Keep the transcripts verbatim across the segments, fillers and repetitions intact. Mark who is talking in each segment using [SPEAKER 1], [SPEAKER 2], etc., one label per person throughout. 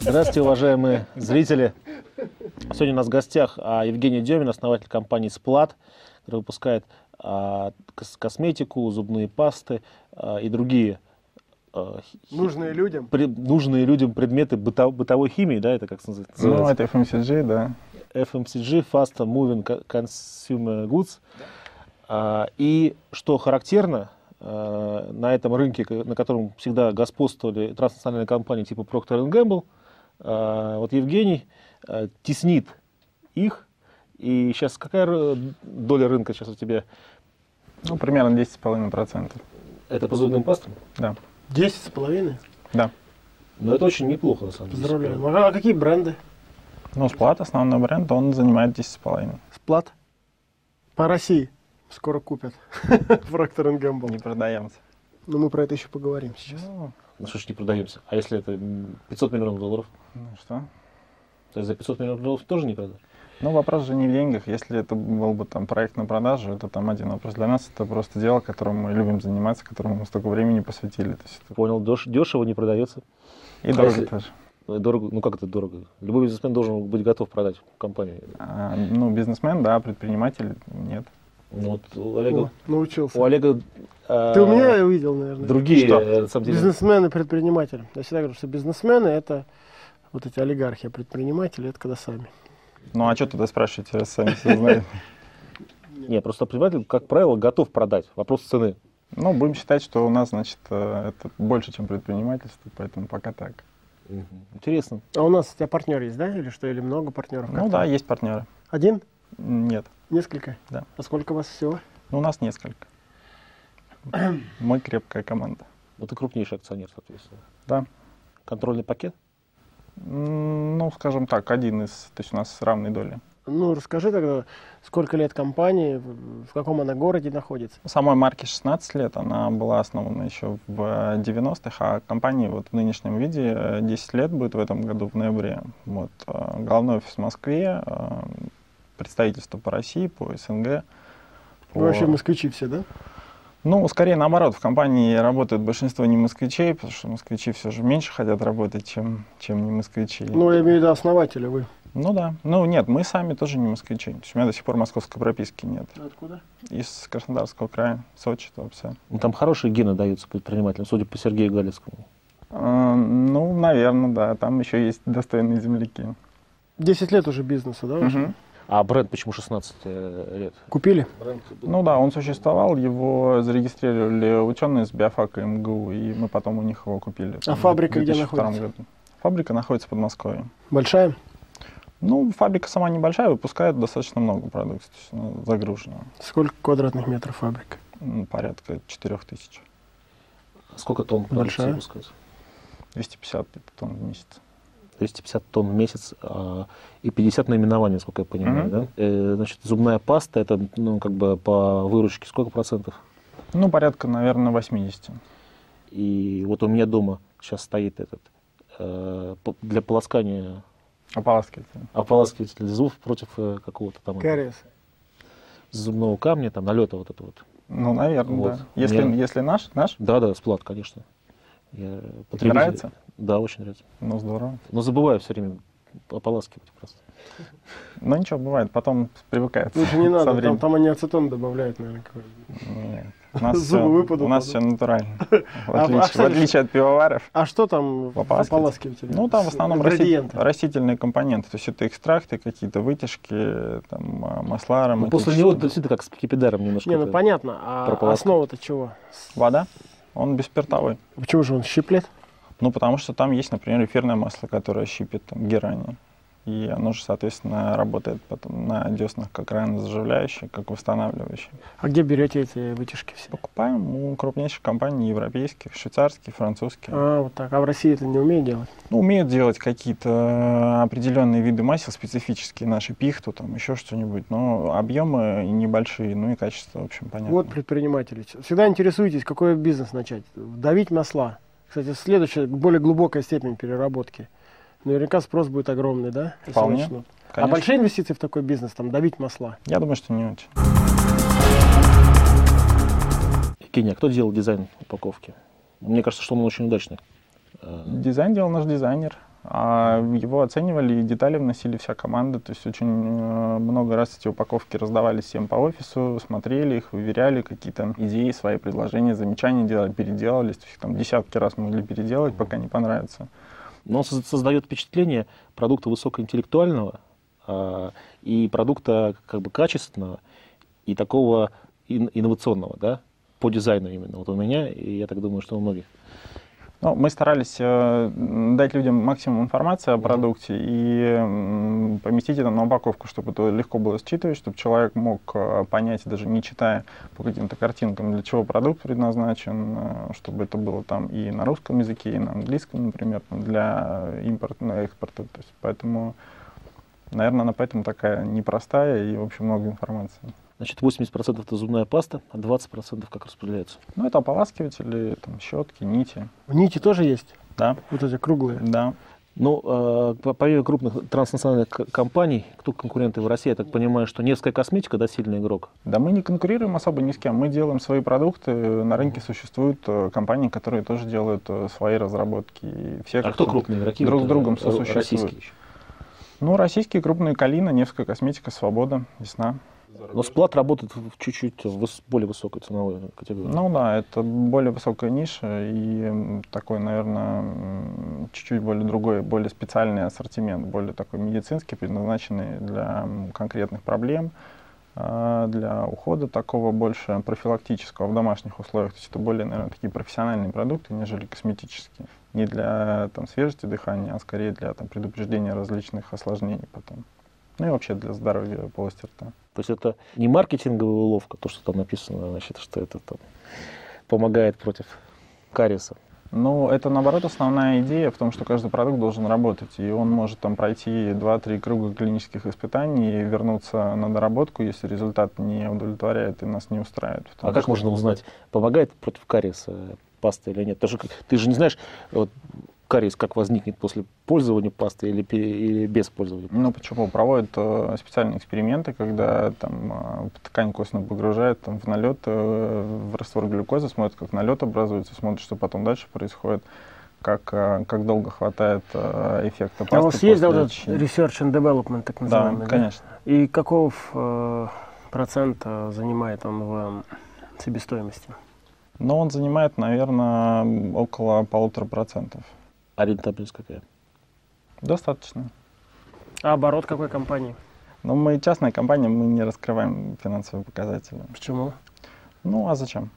[SPEAKER 1] Здравствуйте, уважаемые зрители. Сегодня у нас в гостях Евгений Демин, основатель компании «Сплат», который выпускает косметику, зубные пасты и другие
[SPEAKER 2] нужные людям,
[SPEAKER 1] пред, нужные людям предметы быто, бытовой химии, да, это как называется?
[SPEAKER 3] Ну, это эф эм си джи, да.
[SPEAKER 1] эф эм си джи, Fast Moving Consumer Goods. И что характерно, на этом рынке, на котором всегда господствовали транснациональные компании типа Procter энд Gamble, вот Евгений теснит их. И сейчас какая доля рынка сейчас у тебя?
[SPEAKER 3] Ну, примерно десять с половиной процентов.
[SPEAKER 1] Это по зубным пастам?
[SPEAKER 3] Да.
[SPEAKER 2] десять с половиной?
[SPEAKER 3] Да.
[SPEAKER 1] Но это очень неплохо, на самом деле.
[SPEAKER 2] Поздравляю. А какие бренды?
[SPEAKER 3] Ну, Сплат, основной бренд, он занимает десять с половиной.
[SPEAKER 2] Сплат? По России скоро купят. Procter энд Gamble.
[SPEAKER 3] Не продаемся.
[SPEAKER 2] Ну, мы про это еще поговорим сейчас.
[SPEAKER 3] Ну,
[SPEAKER 1] ну что ж, не продаемся. А если это пятьсот миллионов долларов?
[SPEAKER 3] Ну, что?
[SPEAKER 1] То есть за пятьсот миллионов долларов тоже не продашь?
[SPEAKER 3] Ну, вопрос же не в деньгах. Если это был бы там проект на продажу, это там один вопрос. Для нас это просто дело, которым мы любим заниматься, которому мы столько времени посвятили. То есть это...
[SPEAKER 1] Понял, дешево не продается.
[SPEAKER 3] И а дорого если... тоже.
[SPEAKER 1] Дорого, ну как это дорого? Любой бизнесмен должен быть готов продать компанию.
[SPEAKER 3] А, ну, бизнесмен, да, предприниматель нет.
[SPEAKER 1] Ну, вот у Олега...
[SPEAKER 2] О, научился.
[SPEAKER 1] У Олега... А...
[SPEAKER 2] Ты у меня увидел, наверное.
[SPEAKER 1] Другие,
[SPEAKER 2] что?
[SPEAKER 1] На самом деле...
[SPEAKER 2] Бизнесмены, предприниматели. Я всегда говорю, что бизнесмены — это вот эти олигархи, а предприниматели — это когда сами.
[SPEAKER 3] Ну, а что тогда спрашиваете, раз сами все знаете?
[SPEAKER 1] Нет, просто предприниматель, как правило, готов продать. Вопрос цены.
[SPEAKER 3] Ну, будем считать, что у нас, значит, это больше, чем предпринимательство, поэтому пока так.
[SPEAKER 1] Интересно.
[SPEAKER 2] А у нас у тебя партнер есть, да? Или что? Или много партнеров?
[SPEAKER 3] Ну да, есть партнеры.
[SPEAKER 2] Один?
[SPEAKER 3] Нет.
[SPEAKER 2] Несколько?
[SPEAKER 3] Да.
[SPEAKER 2] А сколько у вас всего?
[SPEAKER 3] Ну, у нас несколько. Мы крепкая команда.
[SPEAKER 1] Ну, ты крупнейший акционер, соответственно.
[SPEAKER 3] Да.
[SPEAKER 1] Контрольный пакет?
[SPEAKER 3] Ну, скажем так, один из, то есть у нас равные доли.
[SPEAKER 2] Ну, расскажи тогда, сколько лет компании, в каком она городе находится?
[SPEAKER 3] Самой марке шестнадцать лет, она была основана еще в девяностых, а компании вот в нынешнем виде десять лет будет в этом году, в ноябре. Вот. Головной офис в Москве, представительство по России, по эс эн гэ. По...
[SPEAKER 2] Вы вообще москвичи все, да?
[SPEAKER 3] Ну, скорее наоборот, в компании работает большинство не москвичей, потому что москвичи все же меньше хотят работать, чем, чем не москвичи.
[SPEAKER 2] Ну, я имею в виду основатели вы.
[SPEAKER 3] Ну да. Ну нет, мы сами тоже не москвичи. То есть у меня до сих пор московской прописки нет.
[SPEAKER 2] Откуда?
[SPEAKER 3] Из Краснодарского края, Сочи, Туапсе.
[SPEAKER 1] Ну, там хорошие гены даются предпринимателям, судя по Сергею Галицкому.
[SPEAKER 3] А, ну, наверное, да. Там еще есть достойные земляки.
[SPEAKER 2] Десять лет уже бизнесу, да?
[SPEAKER 3] Угу.
[SPEAKER 1] А бренд почему шестнадцать лет?
[SPEAKER 2] Купили?
[SPEAKER 1] Бренд...
[SPEAKER 3] Ну да, он существовал, его зарегистрировали ученые с биофака эм гэ у, и мы потом у них его купили.
[SPEAKER 2] А фабрика где находится?
[SPEAKER 3] Году. Фабрика находится под Москвой.
[SPEAKER 2] Большая?
[SPEAKER 3] Ну, фабрика сама небольшая, выпускает достаточно много продукции, то есть она загружена.
[SPEAKER 2] Сколько квадратных метров фабрика?
[SPEAKER 3] Ну, порядка четырех тысяч.
[SPEAKER 1] Сколько тонн продукции выпускается?
[SPEAKER 3] двести пятьдесят тонн в месяц.
[SPEAKER 1] двести пятьдесят тонн в месяц а, и пятьдесят наименований, насколько я понимаю,
[SPEAKER 3] Mm-hmm.
[SPEAKER 1] да? Э, значит, зубная паста, это, ну, как бы по выручке сколько процентов?
[SPEAKER 3] Ну, порядка, наверное, восемьдесят.
[SPEAKER 1] И вот у меня дома сейчас стоит этот э, для полоскания...
[SPEAKER 3] Ополаскиватель.
[SPEAKER 1] Ополаскиватель для зубов против э, какого-то там...
[SPEAKER 2] Кариеса.
[SPEAKER 1] Зубного камня, там, налета вот это вот.
[SPEAKER 3] Ну, наверное,
[SPEAKER 1] вот.
[SPEAKER 3] да. Если,
[SPEAKER 1] Мне...
[SPEAKER 3] если наш, наш?
[SPEAKER 1] Да, да, Сплат, конечно. Я
[SPEAKER 3] потребитель... Нравится?
[SPEAKER 1] Да, очень нравится.
[SPEAKER 3] Ну, здорово.
[SPEAKER 1] Но забываю все время ополаскивать просто.
[SPEAKER 3] Ну, ничего, бывает, потом привыкается.
[SPEAKER 2] Лучше не надо, там, там они ацетон добавляют, наверное.
[SPEAKER 3] Нет. У нас, все, у нас все натурально, в отличие,
[SPEAKER 2] а, а,
[SPEAKER 3] в отличие от пивоваров.
[SPEAKER 2] А что там в ополаскивателе?
[SPEAKER 3] Ну, там в основном растительные компоненты, то есть это экстракты, какие-то вытяжки, там, масла ароматические.
[SPEAKER 1] Ну, после него действительно как с скипидаром немножко.
[SPEAKER 2] Не, ну понятно, а основа-то чего?
[SPEAKER 3] Вода, он бесспиртовой.
[SPEAKER 2] Почему же он щиплет?
[SPEAKER 3] Ну, потому что там есть, например, эфирное масло, которое щипит там, герани. И оно же, соответственно, работает потом на деснах как ранозаживляющее, как восстанавливающее.
[SPEAKER 2] А где берете эти вытяжки все?
[SPEAKER 3] Покупаем у крупнейших компаний европейских, швейцарских, французских.
[SPEAKER 2] А, вот так. А в России это не умеют делать?
[SPEAKER 3] Ну, умеют делать какие-то определенные виды масел, специфические, наши пихту, там еще что-нибудь, но объемы небольшие, ну и качество, в общем, понятно.
[SPEAKER 2] Вот предприниматели. Всегда интересуетесь, какой бизнес начать? Давить масла. Кстати, следующая, более глубокая степень переработки. Наверняка спрос будет огромный, да?
[SPEAKER 3] Вполне.
[SPEAKER 2] А большие инвестиции в такой бизнес, там, давить масла?
[SPEAKER 3] Я думаю, что не очень.
[SPEAKER 1] Евгений, а кто делал дизайн упаковки? Мне кажется, что он очень удачный.
[SPEAKER 3] Дизайн делал наш дизайнер. А его оценивали, и детали вносили вся команда. То есть очень э, много раз эти упаковки раздавались всем по офису, смотрели их, выверяли какие-то идеи, свои предложения, замечания делали, переделались. То есть там десятки раз могли переделать, пока не понравится.
[SPEAKER 1] Но он создает впечатление продукта высокоинтеллектуального а, и продукта как бы качественного и такого ин- инновационного, да, по дизайну именно. Вот у меня, и я так думаю, что у многих.
[SPEAKER 3] Ну, мы старались э, дать людям максимум информации о продукте и э, поместить это на упаковку, чтобы это легко было считывать, чтобы человек мог э, понять, даже не читая по каким-то картинкам, для чего продукт предназначен, э, чтобы это было там и на русском языке, и на английском, например, там, для импорта, экспорта. То есть, поэтому, наверное, она поэтому такая непростая и, в общем, много информации.
[SPEAKER 1] Значит, восемьдесят процентов это зубная паста, а двадцать процентов как распределяется?
[SPEAKER 3] Ну, это ополаскиватели, там, щетки, нити.
[SPEAKER 2] Нити тоже есть?
[SPEAKER 3] Да.
[SPEAKER 2] Вот эти круглые?
[SPEAKER 3] Да.
[SPEAKER 1] Ну, э, помимо крупных транснациональных к- компаний, кто конкуренты в России? Я так понимаю, что Невская косметика, да, сильный игрок?
[SPEAKER 3] Да, мы не конкурируем особо ни с кем. Мы делаем свои продукты. На рынке существуют э, компании, которые тоже делают э, свои разработки. И все
[SPEAKER 1] А кто крупные игроки?
[SPEAKER 3] друг
[SPEAKER 1] Вот,
[SPEAKER 3] с другом
[SPEAKER 1] э,
[SPEAKER 3] сосуществуют.
[SPEAKER 1] российские еще.
[SPEAKER 3] Ну, российские крупные: Калина, Невская косметика, Свобода, Весна.
[SPEAKER 1] Но Сплат работает в чуть-чуть выс- более высокой ценовой категории.
[SPEAKER 3] Ну да, это более высокая ниша и м, такой, наверное, м, чуть-чуть более другой, более специальный ассортимент, более такой медицинский, предназначенный для м, конкретных проблем, а для ухода такого больше профилактического в домашних условиях. То есть это более, наверное, такие профессиональные продукты, нежели косметические. Не для там, свежести дыхания, а скорее для там, предупреждения различных осложнений потом. Ну и вообще для здоровья полости рта.
[SPEAKER 1] То есть это не маркетинговая уловка, то, что там написано, значит, что это там помогает против кариеса.
[SPEAKER 3] Ну, это, наоборот, основная идея в том, что каждый продукт должен работать, и он может там пройти два-три круга клинических испытаний и вернуться на доработку, если результат не удовлетворяет и нас не устраивает.
[SPEAKER 1] А как можно узнать, помогает против кариеса паста или нет? Ты же, ты же не знаешь, вот, кариес как возникнет после пользования пасты или, или без пользования?
[SPEAKER 3] Ну, почему? Проводят э, специальные эксперименты, когда там э, ткань костную погружают там, в налет, э, в раствор глюкозы, смотрят, как налет образуется, смотрят, что потом дальше происходит, как, э, как долго хватает э, эффекта пасты.
[SPEAKER 2] А у вас есть да, вот
[SPEAKER 3] очищения.
[SPEAKER 2] этот research and development, так называемый?
[SPEAKER 3] Да,
[SPEAKER 2] да,
[SPEAKER 3] конечно.
[SPEAKER 2] И каков э, процент э, занимает он в э, себестоимости?
[SPEAKER 3] Но он занимает, наверное, около полутора процентов.
[SPEAKER 1] А рентабельность какая?
[SPEAKER 3] Достаточно.
[SPEAKER 2] А оборот какой компании?
[SPEAKER 3] Но мы частная компания, мы не раскрываем финансовые показатели.
[SPEAKER 2] Почему?
[SPEAKER 3] Ну, а зачем?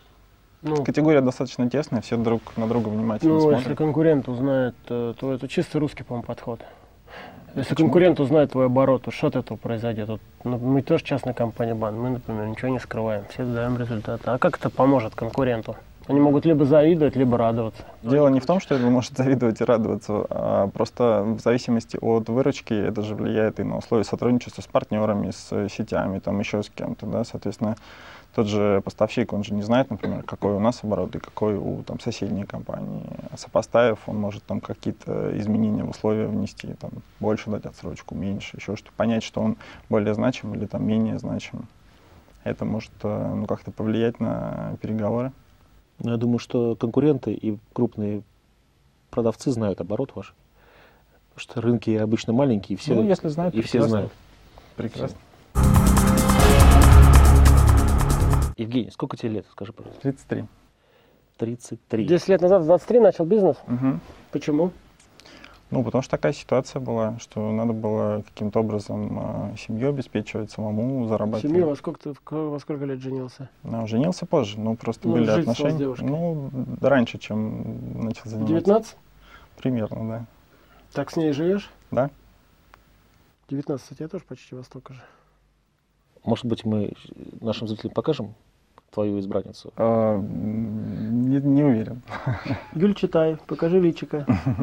[SPEAKER 2] Ну,
[SPEAKER 3] Категория достаточно тесная, все друг на друга внимательно
[SPEAKER 2] ну
[SPEAKER 3] смотрят.
[SPEAKER 2] если конкурент узнает, э, то это чисто русский, по-моему, подход. Если
[SPEAKER 3] Почему?
[SPEAKER 2] конкурент узнает твой оборот, то что от этого произойдет? Вот, ну, мы тоже частная компания БАН, мы, например, ничего не скрываем, все даем результаты. А как это поможет конкуренту? Они могут либо завидовать, либо радоваться.
[SPEAKER 3] Дело не в том, что это может завидовать и радоваться, а просто в зависимости от выручки это же влияет и на условия сотрудничества с партнерами, с сетями, там еще с кем-то, да, соответственно, тот же поставщик, он же не знает, например, какой у нас оборот и какой у там, соседней компании. А сопоставив, он может там какие-то изменения в условия внести, там, больше дать отсрочку, меньше, еще что-то, понять, что он более значим или там менее значим. Это может ну, как-то повлиять на переговоры.
[SPEAKER 1] Ну, я думаю, что конкуренты и крупные продавцы знают оборот ваш. Потому что рынки обычно маленькие, и все,
[SPEAKER 3] ну, если знают,
[SPEAKER 1] и все
[SPEAKER 3] прекрасно.
[SPEAKER 1] знают.
[SPEAKER 3] Прекрасно.
[SPEAKER 1] Евгений, сколько тебе лет, скажи, пожалуйста?
[SPEAKER 3] тридцать три.
[SPEAKER 1] тридцать три.
[SPEAKER 2] десять лет назад, в двадцать три, начал бизнес.
[SPEAKER 3] Угу.
[SPEAKER 2] Почему?
[SPEAKER 3] Ну, потому что такая ситуация была, что надо было каким-то образом э, семью обеспечивать, самому зарабатывать.
[SPEAKER 2] Семью, во сколько ты во сколько лет женился?
[SPEAKER 3] Ну, женился позже, ну, просто
[SPEAKER 2] Ну,
[SPEAKER 3] были
[SPEAKER 2] жить стал с
[SPEAKER 3] отношения.
[SPEAKER 2] девушкой.
[SPEAKER 3] Ну, раньше, чем начал заниматься.
[SPEAKER 2] девятнадцать?
[SPEAKER 3] Примерно, да.
[SPEAKER 2] Так с ней живешь?
[SPEAKER 3] Да.
[SPEAKER 2] девятнадцать, у тебя тоже почти во столько же.
[SPEAKER 1] Может быть, мы нашим зрителям покажем твою избранницу?
[SPEAKER 3] А, не, не уверен.
[SPEAKER 2] Юль, читай, покажи личико.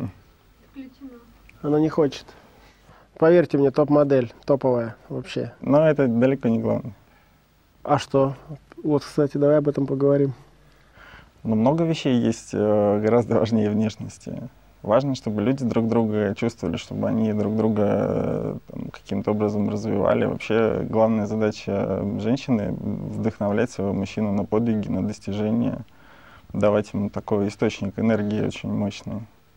[SPEAKER 2] Она не хочет. Поверьте мне, топ-модель, топовая вообще.
[SPEAKER 3] Но это далеко не главное.
[SPEAKER 2] А что? Вот, кстати, давай об этом поговорим.
[SPEAKER 3] Но много вещей есть э, гораздо важнее внешности. Важно, чтобы люди друг друга чувствовали, чтобы они друг друга э, там, каким-то образом развивали. Вообще главная задача женщины — вдохновлять своего мужчину на подвиги, на достижения, давать ему такой источник энергии очень мощный.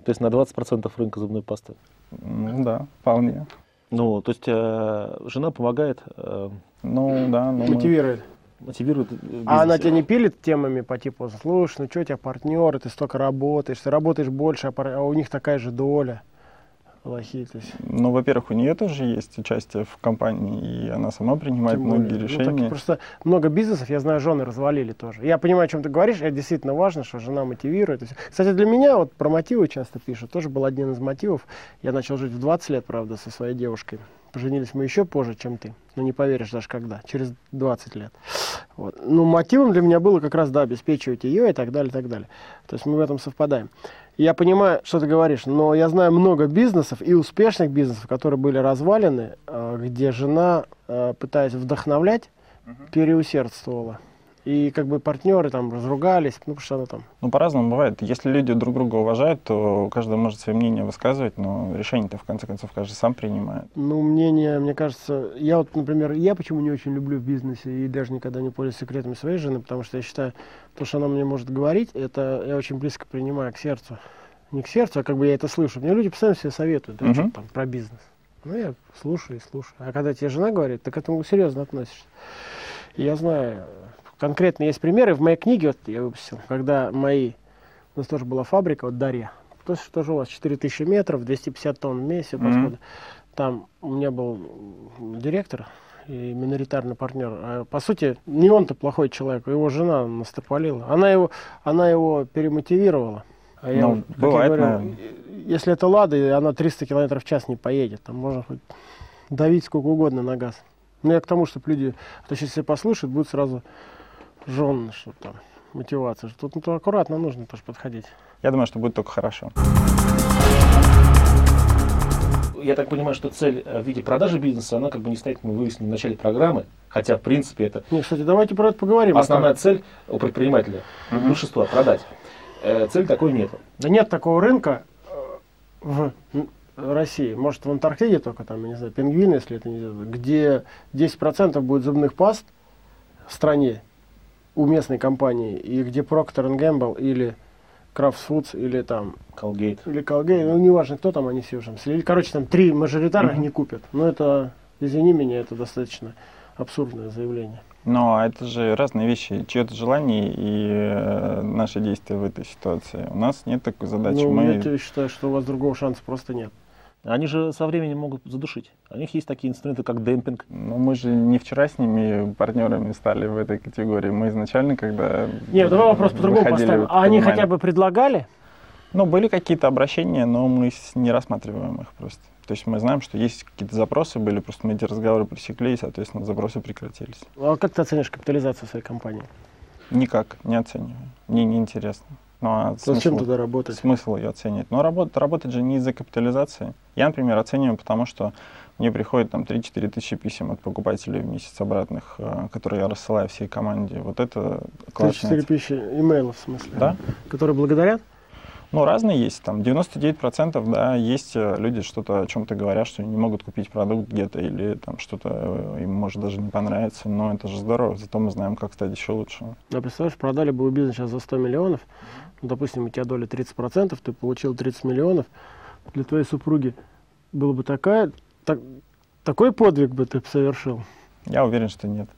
[SPEAKER 1] То есть на двадцать процентов рынка зубной пасты?
[SPEAKER 3] Ну да, вполне.
[SPEAKER 1] Ну, то есть э, жена помогает? Э,
[SPEAKER 3] ну да. Ну,
[SPEAKER 2] мотивирует.
[SPEAKER 3] Мы...
[SPEAKER 1] Мотивирует.
[SPEAKER 2] А она тебя не пилит темами по типу, слушай, ну что у тебя партнеры, ты столько работаешь, ты работаешь больше, а, пар... а у них такая же доля. Лохи, то есть.
[SPEAKER 3] Ну, во-первых, у нее тоже есть участие в компании, и она сама принимает
[SPEAKER 2] Тем
[SPEAKER 3] многие
[SPEAKER 2] более.
[SPEAKER 3] решения.
[SPEAKER 2] Ну, так, просто много бизнесов, я знаю, жены развалили тоже. Я понимаю, о чем ты говоришь, это действительно важно, что жена мотивирует. Кстати, для меня, вот про мотивы часто пишут, тоже был один из мотивов. Я начал жить в двадцать лет, правда, со своей девушкой. Поженились мы еще позже, чем ты. Ну, не поверишь даже когда, через двадцать лет. Вот. Ну, мотивом для меня было как раз, да, обеспечивать ее и так далее, и так далее. То есть мы в этом совпадаем. Я понимаю, что ты говоришь, но я знаю много бизнесов и успешных бизнесов, которые были развалены, где жена, пытаясь вдохновлять, переусердствовала. И как бы партнеры там разругались, ну потому что она там...
[SPEAKER 3] Ну, по-разному бывает. Если люди друг друга уважают, то каждый может свое мнение высказывать, но решение-то в конце концов каждый сам принимает.
[SPEAKER 2] Ну, мнение, мне кажется, я вот, например, я почему не очень люблю в бизнесе и даже никогда не пользуюсь секретами своей жены, потому что я считаю, то, что она мне может говорить, это я очень близко принимаю к сердцу. Не к сердцу, а как бы я это слышу. Мне люди постоянно себе советуют, да, uh-huh. что-то там про бизнес. Ну, я слушаю и слушаю. А когда тебе жена говорит, ты к этому серьезно относишься. И я знаю... Конкретно есть примеры в моей книге, вот я выпустил, когда мои, у нас тоже была фабрика, вот Дарья, то есть тоже у вас четыре тысячи метров, двести пятьдесят тонн в месяц, mm-hmm. Там у меня был директор и миноритарный партнер. А, по сути, не он-то плохой человек, его жена настопалила. Она его, она его перемотивировала. А я,
[SPEAKER 3] ну, бывает,
[SPEAKER 2] я говорю, если это Лада, и она триста километров в час не поедет, там можно хоть давить сколько угодно на газ. Ну, я к тому, чтобы люди, то есть если послушают, будут сразу... жен, что там, мотивация. Тут ну, то аккуратно нужно тоже подходить.
[SPEAKER 3] Я думаю, что будет только хорошо.
[SPEAKER 1] Я так понимаю, что цель в виде продажи бизнеса, она как бы не стоит, мы выяснили в начале программы, хотя в принципе это...
[SPEAKER 2] Не, кстати, давайте про это поговорим.
[SPEAKER 1] Основная цель у предпринимателя, uh-huh. большинства, продать. Э, цель такой нет.
[SPEAKER 2] Да нет такого рынка в России, может в Антарктиде только, там, я не знаю, пингвины, если это не знаю, где десять процентов будет зубных паст в стране, у местной компании, и где Procter энд Gamble или Kraft Foods или там
[SPEAKER 1] Colgate,
[SPEAKER 2] или Colgate, ну неважно кто там, они все уже слили. Короче, там три мажоритарных mm-hmm. не купят. Но это, извини меня, это достаточно абсурдное заявление.
[SPEAKER 3] Но это же разные вещи, чье-то желание и э, наши действия в этой ситуации. У нас нет такой задачи.
[SPEAKER 2] Ну,
[SPEAKER 3] Мы...
[SPEAKER 2] я считаю, что у вас другого шанса просто нет.
[SPEAKER 1] Они же со временем могут задушить. У них есть такие инструменты, как демпинг.
[SPEAKER 3] Но мы же не вчера с ними партнерами стали в этой категории. Мы изначально, когда...
[SPEAKER 2] Нет, давай вопрос по-другому поставим. А они хотя бы предлагали?
[SPEAKER 3] Ну, были какие-то обращения, но мы не рассматриваем их просто. То есть мы знаем, что есть какие-то запросы были, просто мы эти разговоры пресекли, и, соответственно, запросы прекратились.
[SPEAKER 2] А как ты оценишь капитализацию своей компании?
[SPEAKER 3] Никак, не оцениваю. Мне неинтересно. Ну, а
[SPEAKER 2] зачем смысл, туда работать?
[SPEAKER 3] Смысл ее оценивать? Но работать, работать же не из-за капитализации. Я, например, оцениваю, потому что мне приходит там три-четыре тысячи писем от покупателей в месяц обратных, которые я рассылаю всей команде. Вот это классно.
[SPEAKER 2] три-четыре тысячи имейлов, в смысле?
[SPEAKER 3] Да.
[SPEAKER 2] Которые благодарят?
[SPEAKER 3] Ну, разные есть. Там девяносто девять процентов, да, есть люди, что-то о чем-то говорят, что не могут купить продукт где-то, или там что-то им может даже не понравиться, но это же здорово, зато мы знаем, как стать еще лучше.
[SPEAKER 2] А представляешь, продали бы бизнес сейчас за сто миллионов, ну, допустим, у тебя доля тридцать процентов, ты получил тридцать миллионов, для твоей супруги было бы такая, так, такой подвиг бы ты совершил?
[SPEAKER 3] Я уверен, что нет.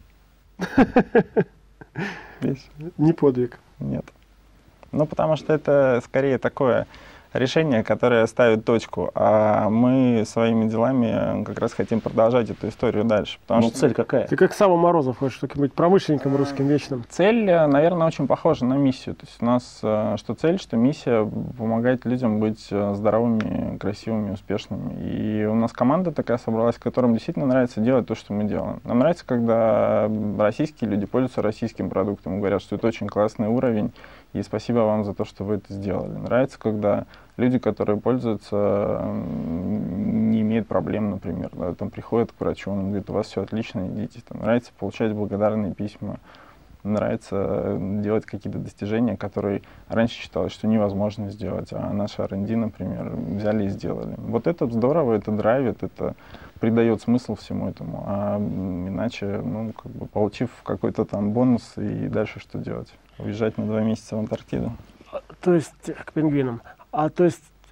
[SPEAKER 2] Не подвиг.
[SPEAKER 3] Нет. Ну, потому что это скорее такое решение, которое ставит точку, а мы своими делами как раз хотим продолжать эту историю дальше.
[SPEAKER 1] Ну, что... цель какая?
[SPEAKER 2] Ты как Сава Морозов хочешь быть промышленником русским вечным?
[SPEAKER 3] Цель, наверное, очень похожа на миссию. То есть у нас что цель, что миссия помогает людям быть здоровыми, красивыми, успешными. И у нас команда такая собралась, которым действительно нравится делать то, что мы делаем. Нам нравится, когда российские люди пользуются российским продуктом и говорят, что это очень классный уровень, и спасибо вам за то, что вы это сделали. Нравится, когда люди, которые пользуются, не имеют проблем, например, да, там приходят к врачу, он говорит, у вас все отлично, идите. Там, нравится получать благодарные письма, нравится делать какие-то достижения, которые раньше считалось, что невозможно сделать, а наши ар энд ди, например, взяли и сделали. Вот это здорово, это драйвит, это придает смысл всему этому, а иначе, ну, как бы, получив какой-то там бонус, и дальше что делать? Уезжать на два месяца в Антарктиду.
[SPEAKER 2] То есть, к пингвинам. А то есть,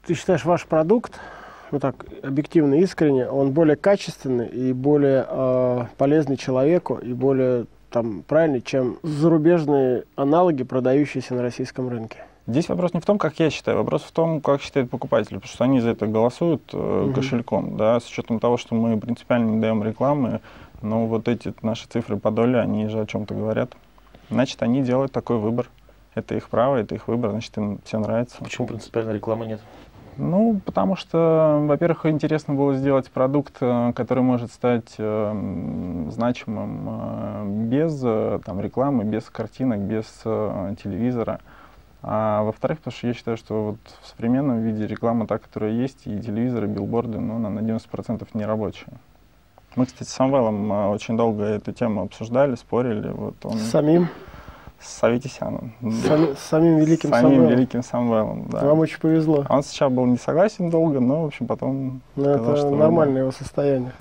[SPEAKER 2] ты считаешь, ваш продукт, ну так, объективно, искренне, он более качественный и более э, полезный человеку, и более там, правильный, чем зарубежные аналоги, продающиеся на российском рынке?
[SPEAKER 3] Здесь вопрос не в том, как я считаю, вопрос в том, как считают покупатели, потому что они за это голосуют э, uh-huh. кошельком, да, с учетом того, что мы принципиально не даем рекламы, но вот эти наши цифры по доле, они же о чем-то говорят. Значит, они делают такой выбор. Это их право, это их выбор, значит, им все нравится.
[SPEAKER 1] Почему принципиально рекламы нет?
[SPEAKER 3] Ну, потому что, во-первых, интересно было сделать продукт, который может стать э, значимым э, без э, там, рекламы, без картинок, без э, телевизора. А во-вторых, потому что я считаю, что вот в современном виде реклама, та, которая есть, и телевизоры, и билборды, ну, она на девяносто процентов не рабочая. Мы, кстати, с Самвелом э, очень долго эту тему обсуждали, спорили. Вот он...
[SPEAKER 2] С самим?
[SPEAKER 3] С Аветисяном.
[SPEAKER 2] Сами, с самим великим
[SPEAKER 3] Самим
[SPEAKER 2] Самвелом.
[SPEAKER 3] великим Самвелом, да.
[SPEAKER 2] Вам очень повезло.
[SPEAKER 3] Он сначала был не согласен долго, но, в общем, потом
[SPEAKER 2] но
[SPEAKER 3] сказал,
[SPEAKER 2] это
[SPEAKER 3] что
[SPEAKER 2] нормальное его состояние.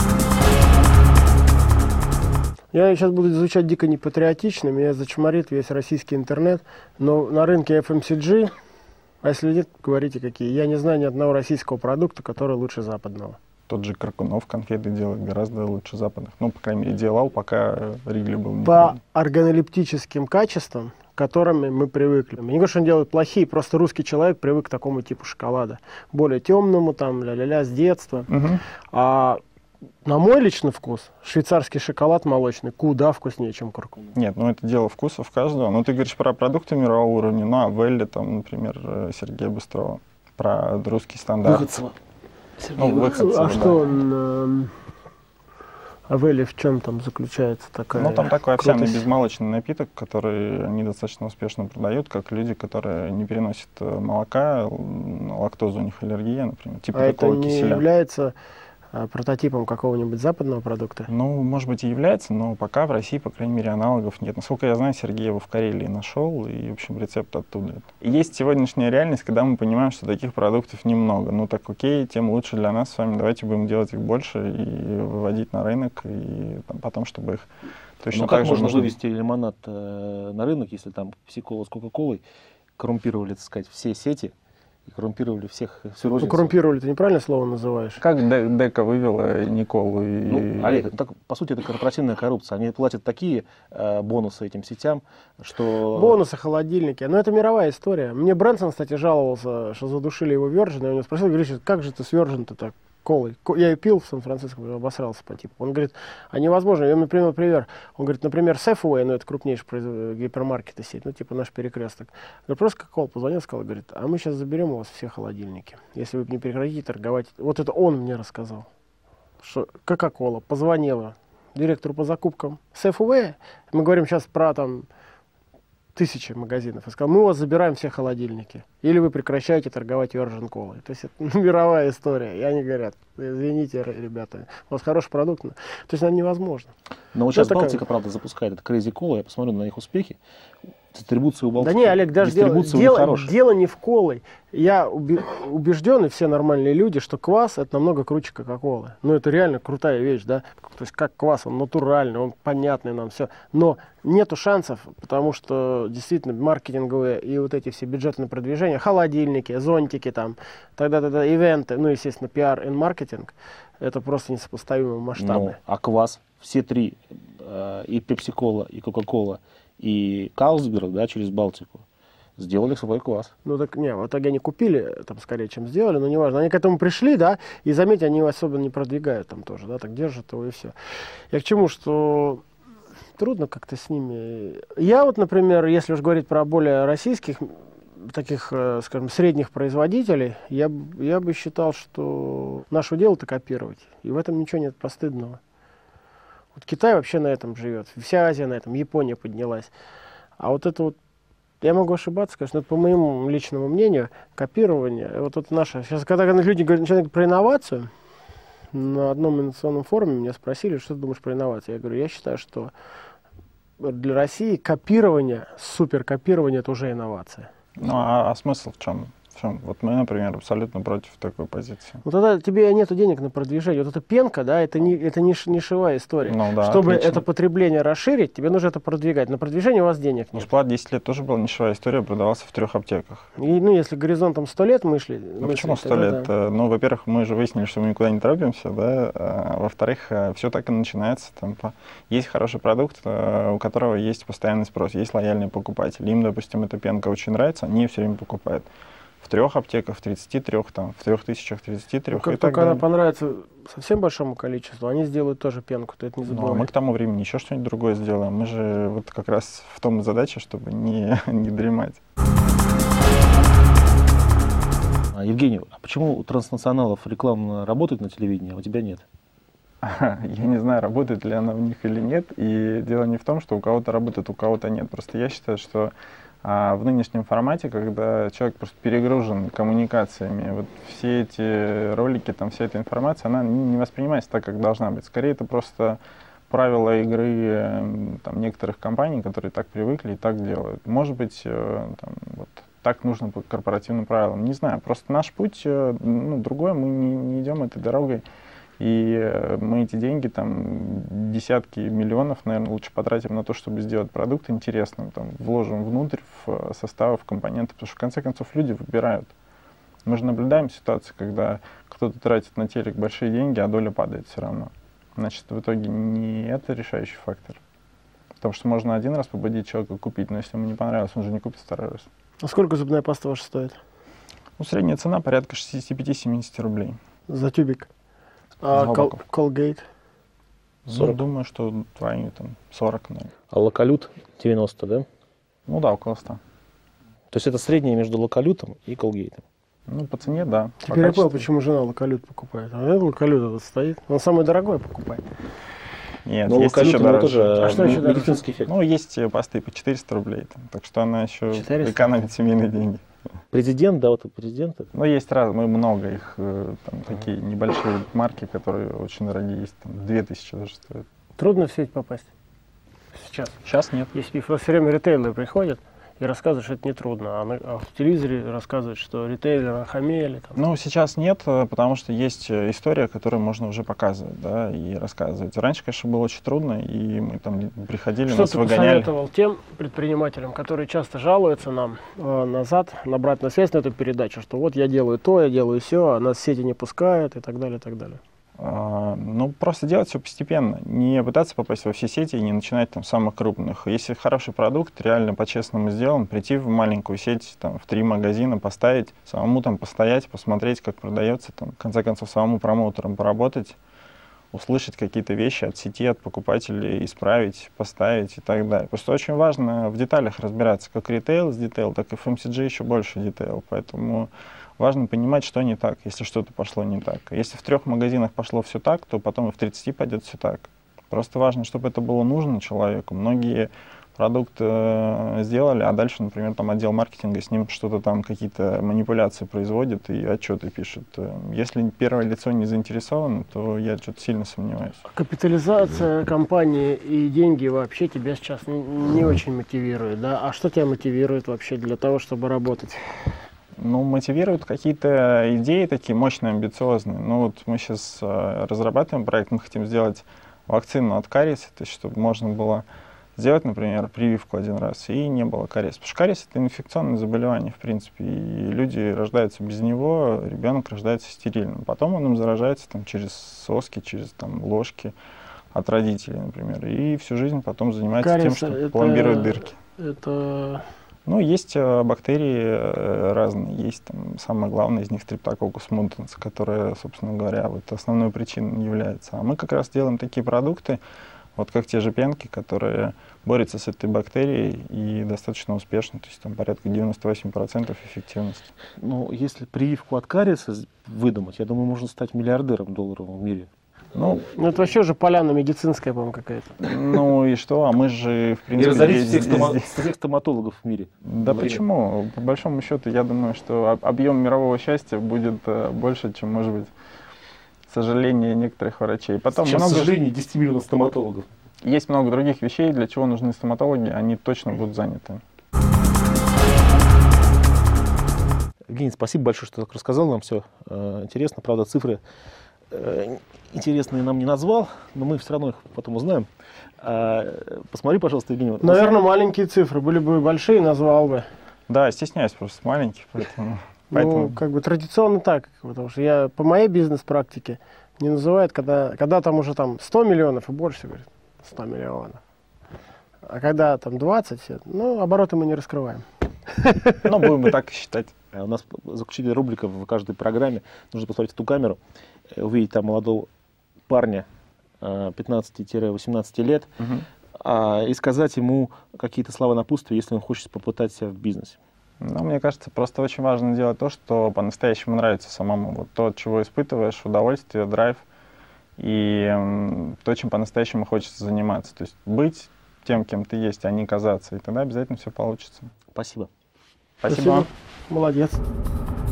[SPEAKER 2] Я сейчас буду звучать дико непатриотично, меня зачморит весь российский интернет, но на рынке эф эм си джи, а если нет, говорите какие, я не знаю ни одного российского продукта, который лучше западного.
[SPEAKER 3] Тот же Кракунов конфеты делает гораздо лучше западных. Ну, по крайней мере, делал, пока Ригли был не
[SPEAKER 2] По органолептическим качествам, к которым мы привыкли. Я не говорю, что он делает плохие, просто русский человек привык к такому типу шоколада. Более темному, там, ля-ля-ля, с детства.
[SPEAKER 3] Угу.
[SPEAKER 2] А на мой личный вкус, швейцарский шоколад молочный куда вкуснее, чем Кракунов.
[SPEAKER 3] Нет, ну это дело вкусов каждого. Ну, ты говоришь про продукты мирового уровня, ну, а Велли, там, например, Сергея Быстрова, про русский стандарт.
[SPEAKER 1] Выходцева.
[SPEAKER 3] Ну, Выходцева,
[SPEAKER 2] а
[SPEAKER 3] да.
[SPEAKER 2] что он... Авелли в чем там заключается такая?
[SPEAKER 3] Ну, там такой овсяный
[SPEAKER 2] крутость?
[SPEAKER 3] безмолочный напиток, который они достаточно успешно продают, как люди, которые не переносят молока, лактоза у них аллергия, например, типа
[SPEAKER 2] А
[SPEAKER 3] такого
[SPEAKER 2] это не
[SPEAKER 3] киселя.
[SPEAKER 2] является а, прототипом какого-нибудь западного продукта?
[SPEAKER 3] Ну, может быть, и является, но пока в России, по крайней мере, аналогов нет. Насколько я знаю, Сергей его в Карелии нашел, и, в общем, рецепт оттуда. Есть сегодняшняя реальность, когда мы понимаем, что таких продуктов немного. Ну, так окей, тем лучше для нас с вами. Давайте будем делать их больше и выводить на рынок, и там, потом, чтобы их точно
[SPEAKER 1] ну,
[SPEAKER 3] так
[SPEAKER 1] как
[SPEAKER 3] же...
[SPEAKER 1] можно
[SPEAKER 3] нужно...
[SPEAKER 1] вывести лимонад э, на рынок, если там Пепси-кола с Кока-колой коррумпировали, так сказать, все сети, и коррумпировали всех, всю розницу.
[SPEAKER 2] Ну, коррумпировали, ты неправильно слово называешь?
[SPEAKER 3] Как Дека вывела Николу и...
[SPEAKER 1] Ну, Олег, так, по сути, это корпоративная коррупция. Они платят такие э, бонусы этим сетям, что...
[SPEAKER 2] Бонусы, холодильники. Но это мировая история. Мне Брэнсон, кстати, жаловался, что задушили его Virgin. Я у него спросил, говорит, как же ты с Virgin-то так? Колой. Я ее пил в Сан-Франциско, обосрался по типу. Он говорит, а невозможно. Я ему привел пример. Он говорит, например, Safeway, ну это крупнейший гипермаркет сеть, ну типа наш перекресток. Говорит, просто Кока-кола позвонил, сказал, говорит, а мы сейчас заберем у вас все холодильники, если вы не прекратите торговать. Вот это он мне рассказал, что Кока-кола позвонила директору по закупкам Safeway. Мы говорим сейчас про там тысячи магазинов. И сказал, мы у вас забираем все холодильники. Или вы прекращаете торговать Virgin Колой. То есть это мировая история. И они говорят, извините, ребята, у вас хороший продукт. То есть это невозможно.
[SPEAKER 1] Но вот сейчас
[SPEAKER 2] такая...
[SPEAKER 1] Балтика, правда, запускает это Crazy Cola. Я посмотрю на их успехи. Дистрибуция у Балтики.
[SPEAKER 2] Да не, Олег, даже дело, дело, дело не в колой. Я убежден, и все нормальные люди, что квас это намного круче Кока-колы. Ну это реально крутая вещь, да. То есть как квас, он натуральный, он понятный нам, все. Но нету шансов, потому что действительно маркетинговые и вот эти все бюджетные продвижения, холодильники, зонтики там, тогда-тогда ивенты, ну естественно пиар и маркетинг, это просто несопоставимые масштабы.
[SPEAKER 1] Ну, а квас, все три, э, и Пепси-кола, и Кока-кола, и Карлсберг, да, через Балтику, сделали свой квас.
[SPEAKER 2] Ну так не, в итоге они купили, там скорее, чем сделали, но неважно. Они к этому пришли, да, и заметьте, они его особо не продвигают там тоже, да, так держат его и все. Я к чему, что трудно как-то с ними. Я вот, например, если уж говорить про более российских, таких, скажем, средних производителей, я, я бы считал, что наше дело-то копировать, и в этом ничего нет постыдного. Вот Китай вообще на этом живет, вся Азия на этом, Япония поднялась. А вот это вот, я могу ошибаться, конечно, это по моему личному мнению, копирование, вот это наше, сейчас когда люди говорят, начинают про инновацию, на одном инновационном форуме меня спросили, что ты думаешь про инновации. Я говорю, я считаю, что для России копирование, суперкопирование, это уже инновация.
[SPEAKER 3] Ну, а, а смысл в чем? В чем? Вот мы, например, абсолютно против такой позиции.
[SPEAKER 2] Ну тогда тебе нет денег на продвижение. Вот эта пенка, да, это не, это не нишевая история.
[SPEAKER 3] Ну, да,
[SPEAKER 2] Чтобы
[SPEAKER 3] отлично.
[SPEAKER 2] это потребление расширить, тебе нужно это продвигать. На продвижение у вас денег нет.
[SPEAKER 3] Шпат десять лет тоже была нишевая история, продавался в трех аптеках.
[SPEAKER 2] И, ну, если горизонтом сто лет мы шли...
[SPEAKER 3] Ну, почему сто лет? Да. Ну, во-первых, мы же выяснили, что мы никуда не торопимся, да. А, во-вторых, все так и начинается. Там, по... Есть хороший продукт, у которого есть постоянный спрос, есть лояльные покупатели. Им, допустим, эта пенка очень нравится, они ее все время покупают. В трех аптеках, в тридцати трёх, там, в трех тысячах тридцати трёх.
[SPEAKER 2] Ну, как только она понравится совсем большому количеству, они сделают тоже пенку, ты это не забывай.
[SPEAKER 3] Ну, а мы к тому времени еще что-нибудь другое сделаем. Мы же вот как раз в том и задача, чтобы не, не дремать.
[SPEAKER 1] Евгений, а почему у транснационалов реклама работает на телевидении, а у тебя нет?
[SPEAKER 3] Я не знаю, работает ли она у них или нет. И дело не в том, что у кого-то работает, у кого-то нет. Просто я считаю, что а, в нынешнем формате, когда человек просто перегружен коммуникациями, вот все эти ролики, там, вся эта информация, она не воспринимается так, как должна быть. Скорее, это просто правила игры там, некоторых компаний, которые так привыкли и так делают. Может быть, там, вот, так нужно по корпоративным правилам. Не знаю, просто наш путь ну, другой, мы не, не идем этой дорогой. И мы эти деньги, там, десятки миллионов, наверное, лучше потратим на то, чтобы сделать продукт интересным, там, вложим внутрь, в составы, в компоненты, потому что, в конце концов, люди выбирают. Мы же наблюдаем ситуацию, когда кто-то тратит на телек большие деньги, а доля падает все равно. Значит, в итоге не это решающий фактор. Потому что можно один раз побудить человека купить, но если ему не понравилось, он же не купит второй раз.
[SPEAKER 2] А сколько зубная паста ваша стоит?
[SPEAKER 3] Ну, средняя цена порядка шестьдесят пять — семьдесят рублей.
[SPEAKER 2] За тюбик? А Colgate?
[SPEAKER 3] Ну, думаю, что твои там сорок, наверное.
[SPEAKER 1] А Локалют девяносто, да?
[SPEAKER 3] Ну да, около ста.
[SPEAKER 1] То есть это среднее между Локалютом и Колгейтом?
[SPEAKER 3] Ну, по цене, да.
[SPEAKER 2] Теперь я понял, почему жена Локалют покупает. А это Локалют этот стоит. Он самый дорогой покупает.
[SPEAKER 3] Нет,
[SPEAKER 1] но
[SPEAKER 3] есть еще дороже.
[SPEAKER 1] Тоже
[SPEAKER 2] а что еще
[SPEAKER 1] медицинский эффект?
[SPEAKER 3] Ну, есть пасты по четыреста рублей. Там, так что она еще
[SPEAKER 2] четыреста?
[SPEAKER 3] Экономит семейные деньги.
[SPEAKER 1] Президент, да, вот и президент.
[SPEAKER 3] Ну, есть раз, мы много их, там, такие небольшие марки, которые очень дорогие, есть, там, две тысячи даже стоят.
[SPEAKER 2] Трудно в сеть попасть сейчас?
[SPEAKER 3] Сейчас нет.
[SPEAKER 2] Есть пиф. Все время ритейлеры приходят и рассказывают, что это нетрудно, а, на, а в телевизоре рассказывают, что ритейлеры охамели. Там.
[SPEAKER 3] Ну, сейчас нет, потому что есть история, которую можно уже показывать, да, и рассказывать. Раньше, конечно, было очень трудно, и мы там приходили,
[SPEAKER 2] что
[SPEAKER 3] нас
[SPEAKER 2] ты
[SPEAKER 3] выгоняли.
[SPEAKER 2] посоветовал тем предпринимателям, которые часто жалуются нам э, назад, набрать на связь на эту передачу, что вот я делаю то, я делаю все, а нас сети не пускают и так далее, и так далее?
[SPEAKER 3] А, ну, просто делать все постепенно. Не пытаться попасть во все сети и не начинать там с самых крупных. Если хороший продукт, реально по-честному сделан, прийти в маленькую сеть, там, в три магазина, поставить, самому там постоять, посмотреть, как продается, там, в конце концов, самому промоутером поработать, услышать какие-то вещи от сети, от покупателей, исправить, поставить и так далее. Просто очень важно в деталях разбираться, как ритейл с детейл, так и эф эм си джи еще больше детейл. Поэтому важно понимать, что не так, если что-то пошло не так. Если в трех магазинах пошло все так, то потом и в тридцати пойдет все так. Просто важно, чтобы это было нужно человеку. Многие продукт э, сделали, а дальше, например, там отдел маркетинга с ним что-то там, какие-то манипуляции производит и отчеты пишет. Если первое лицо не заинтересовано, то я что-то сильно сомневаюсь.
[SPEAKER 2] Капитализация компании и деньги вообще тебя сейчас не, не очень мотивирует, да? А что тебя мотивирует вообще для того, чтобы работать?
[SPEAKER 3] Ну, мотивируют какие-то идеи такие мощные, амбициозные. Ну, вот мы сейчас э, разрабатываем проект, мы хотим сделать вакцину от кариеса, то есть чтобы можно было сделать, например, прививку один раз, и не было кариеса. Потому что кариес — это инфекционное заболевание, в принципе, и люди рождаются без него, ребенок рождается стерильным. Потом он им заражается там, через соски, через там, ложки от родителей, например, и всю жизнь потом занимается
[SPEAKER 2] кариес
[SPEAKER 3] тем, что
[SPEAKER 2] это,
[SPEAKER 3] пломбирует дырки.
[SPEAKER 2] Это...
[SPEAKER 3] Ну, есть э, бактерии э, разные, есть там, самое главное из них Streptococcus mutans, которая, собственно говоря, вот основной причиной является. А мы как раз делаем такие продукты, вот как те же пенки, которые борются с этой бактерией и достаточно успешно, то есть там порядка девяносто восемь процентов эффективности.
[SPEAKER 1] Ну, если прививку от кариеса выдумать, я думаю, можно стать миллиардером долларовым в мире.
[SPEAKER 2] Ну, ну, это вообще же поляна медицинская, по-моему, какая-то.
[SPEAKER 3] Ну и что? А мы же, в принципе...
[SPEAKER 1] И разорить всех, стома... всех стоматологов в мире.
[SPEAKER 3] Да почему? По большому счету, я думаю, что объем мирового счастья будет больше, чем, может быть, сожаление некоторых врачей. Потом
[SPEAKER 1] Сейчас,
[SPEAKER 3] много...
[SPEAKER 1] к сожалению, десять миллионов стоматологов.
[SPEAKER 3] Есть много других вещей, для чего нужны стоматологи, они точно будут заняты.
[SPEAKER 1] Евгений, спасибо большое, что так рассказал нам все. Интересно, правда, цифры интересные нам не назвал, но мы все равно их потом узнаем. Посмотри, пожалуйста, Евгений.
[SPEAKER 2] Наверное, маленькие цифры. Были бы большие, назвал бы.
[SPEAKER 3] Да, стесняюсь просто маленьких, поэтому...
[SPEAKER 2] Ну,
[SPEAKER 3] поэтому...
[SPEAKER 2] как бы традиционно так, потому что я по моей бизнес-практике не называют, когда, когда там уже там сто миллионов и больше, говорят, сто миллионов. А когда там двадцать, ну, обороты мы не раскрываем.
[SPEAKER 3] Ну, будем и так считать.
[SPEAKER 1] У нас заключительная рубрика в каждой программе. Нужно посмотреть в ту камеру, увидеть там молодого парня пятнадцати-восемнадцати лет, угу. и сказать ему какие-то слова напутствия, если он хочет попытать себя в бизнесе.
[SPEAKER 3] Ну, мне кажется, просто очень важно делать то, что по-настоящему нравится самому. Вот то, от чего испытываешь удовольствие, драйв, и м, то, чем по-настоящему хочется заниматься. То есть быть тем, кем ты есть, а не казаться. И тогда обязательно все получится.
[SPEAKER 1] Спасибо.
[SPEAKER 3] Спасибо.
[SPEAKER 2] Спасибо. Молодец.